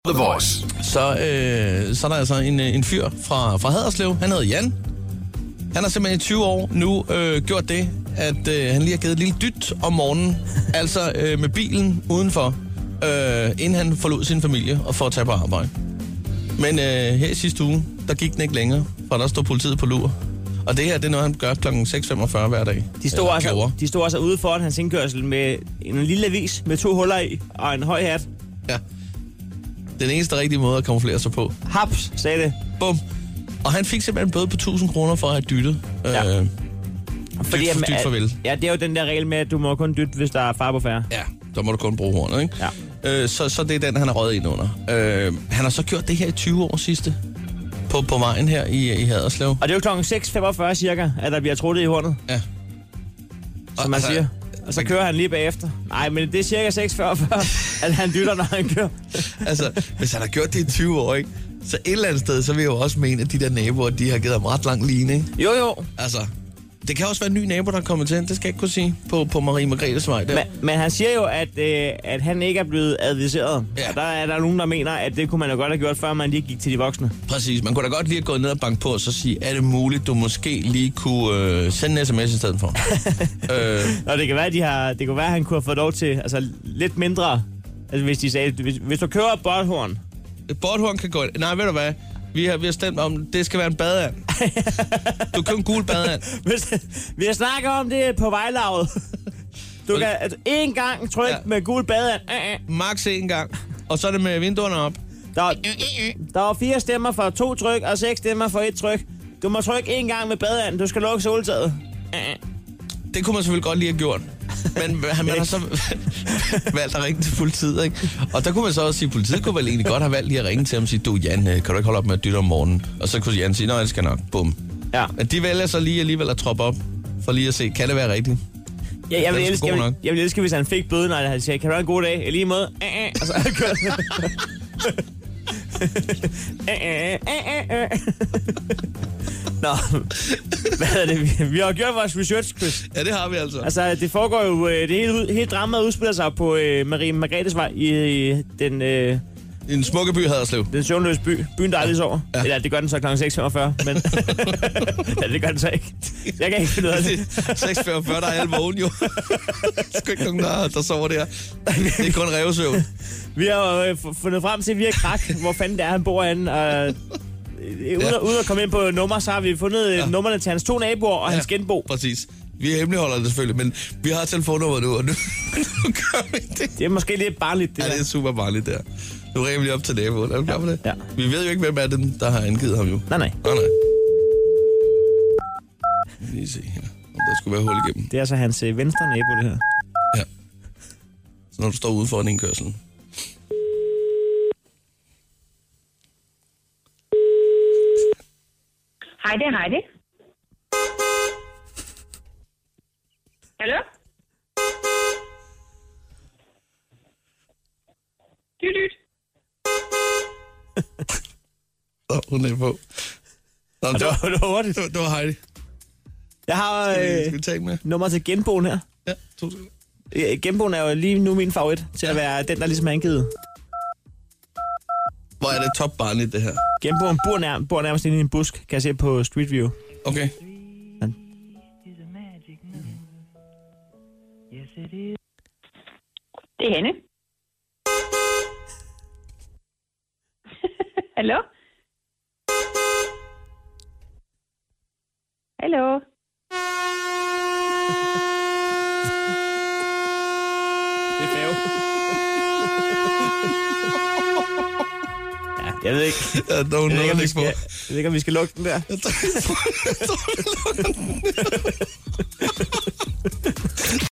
The Voice. Så er der altså en fyr fra Haderslev. Han hedder Jan. Han har simpelthen i 20 år nu gjort det, at han lige har givet et lille dyt om morgenen. Altså med bilen udenfor, inden han forlod sin familie og for at tage på arbejde. Men her i sidste uge, der gik den ikke længere, for der stod politiet på lur. Og det her, det er noget, han gør kl. 6.45 hver dag. De stod altså ude foran hans indkørsel med en lille avis med 2 huller i og en høj hat. Ja. Den eneste rigtige måde at kamuflere sig på. Haps, sagde det. Bum. Og han fik simpelthen en bøde på 1.000 kroner for at have dyttet. Ja. Dyt farvel. Ja, det er jo den der regel med, at du må kun dytte, hvis der er far på færre. Ja, så må du kun bruge hornet, ikke? Ja. Så det er den, han har røget ind under. Han har så gjort det her i 20 år sidste. På vejen her i Haderslev. Og det er jo kl. 6.45 cirka, at der bliver truttet i hornet. Ja. Som man siger. Og så kører han lige bagefter. Nej, men det er cirka 6.45, at han dytter, når han kører. Altså, hvis han har gjort det i 20 år, ikke? Så et eller andet sted, så vil jeg jo også mene, at de der naboer, de har givet ham ret lang line, ikke? Jo. Altså, det kan også være en ny nabo, der er kommet til. Det skal jeg ikke kunne sige på Marie Margrethes vej der. Men han siger jo, at han ikke er blevet adviseret. Ja. Og der er der nogen, der mener, at det kunne man jo godt have gjort, før man lige gik til de voksne. Præcis. Man kunne da godt lige have gået ned og banke på og så sige, er det muligt, du måske lige kunne sende en sms i stedet for? Og det kan være, at han kunne have fået lov til altså, lidt mindre. Altså hvis de sagde, hvis du kører et bordhorn. Et bordhorn kan gå... Nej, ved du hvad? Vi har stemt om, det skal være en badeand. Du køber en gul badeand. Vi har snakket om det på vejlaget. Du kan én gang trykke med gul badeand. Max én gang. Og så er det med vinduerne op. Der var 4 stemmer for 2 tryk, og 6 stemmer for 1 tryk. Du må trykke 1 gang med badeand. Du skal lukke soltaget. Det kunne man selvfølgelig godt lige have gjort. Men man har så valgt at ringe til politiet, ikke? Og der kunne man så også sige, at politiet kunne vel egentlig godt have valgt lige at ringe til ham og sige, du Jan, kan du ikke holde op med at dytte om morgenen? Og så kunne Jan sige, nej, det skal nok. Bum. Ja. Men de vælger så lige alligevel at troppe op, for lige at se, kan det være rigtigt? Ja, jeg vil elske, hvis han fik bøden, når han siger, kan du have en god dag? I lige måde. Og så kører Nå, hvad er det? Vi har gjort vores research, Chris. Ja, det har vi altså. Altså, det foregår jo, det hele dramaet udspiller sig på Marie Margrethes vej i den... I den smukke by Haderslev. Den søvnløse by. Byen, der aldrig sover. Ja. Eller det gør den så kl. 6.45, men... ja, det gør den så ikke. Jeg kan ikke finde ud af det. 6.45, der er alle vågen jo. Der er ikke nogen, der sover der. Det er kun revsøvn. Vi har jo fundet frem til via Krak, hvor fanden det er, han bor henne. Og uden at komme ind på nummer, så har vi fundet nummerne til hans 2 naboer og hans genbo. Præcis. Vi hemmeligholder det selvfølgelig, men vi har telefonnummeret nu, og nu gør vi det. Det er måske lidt barnligt, det der. Ja, det er super barnligt, der. Nu ringer vi lige op til naboen. Er du klar på det? Ja. Vi ved jo ikke, hvem er den, der har angivet ham jo. Nej. Lige se her, om der skulle være hul igennem. Det er altså hans venstre nabo, det her. Ja. Så når du står ude foran indkørselen. Hej, det er Heidi. Hallo? Dyt. Så, hun er på. Nå, det var hurtigt. Det var Heidi. Jeg har skal vi tage med? nummer til genboen her. Ja, 2 sekunder. Genboen er jo lige nu min favorit til at være den, der ligesom er angivet. Hvor er det topbarnligt, det her? Genboen bor nærmest inde i en busk, kan jeg se på Street View. Okay. Det er Henne. Hallo? Hallo? Det er fæve. Ja, jeg ved ikke. Jeg ved ikke, om vi skal lukke den der. Jeg tror, vi lukker den.